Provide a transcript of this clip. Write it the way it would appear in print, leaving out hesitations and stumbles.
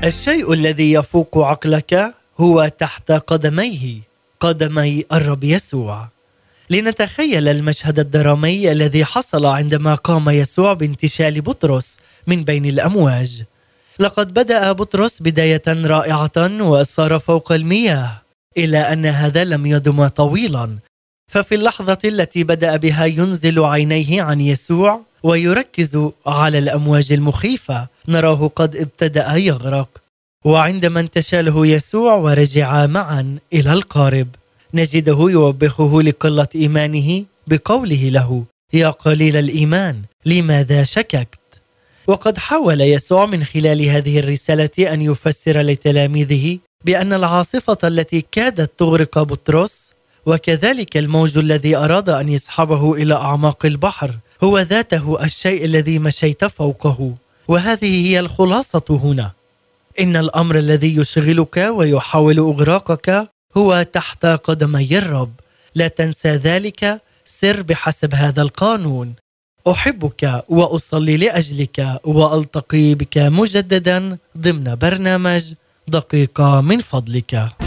الشيء الذي يفوق عقلك هو تحت قدميه، قدمي الرب يسوع. لنتخيل المشهد الدرامي الذي حصل عندما قام يسوع بانتشال بطرس من بين الأمواج. لقد بدأ بطرس بداية رائعة وصار فوق المياه، إلى أن هذا لم يدم طويلا. ففي اللحظة التي بدأ بها ينزل عينيه عن يسوع ويركز على الأمواج المخيفة، نراه قد ابتدأ يغرق. وعندما انتشله يسوع ورجع معا إلى القارب، نجده يوبخه لقلة إيمانه بقوله له: يا قليل الإيمان، لماذا شككت؟ وقد حاول يسوع من خلال هذه الرسالة أن يفسر لتلاميذه بأن العاصفة التي كادت تغرق بطرس وكذلك الموج الذي أراد أن يسحبه إلى أعماق البحر هو ذاته الشيء الذي مشيت فوقه. وهذه هي الخلاصة هنا: إن الأمر الذي يشغلك ويحاول إغراقك هو تحت قدمي الرب. لا تنسى ذلك، سر بحسب هذا القانون. أحبك وأصلي لأجلك، وألتقي بك مجددا ضمن برنامج دقيقة من فضلك.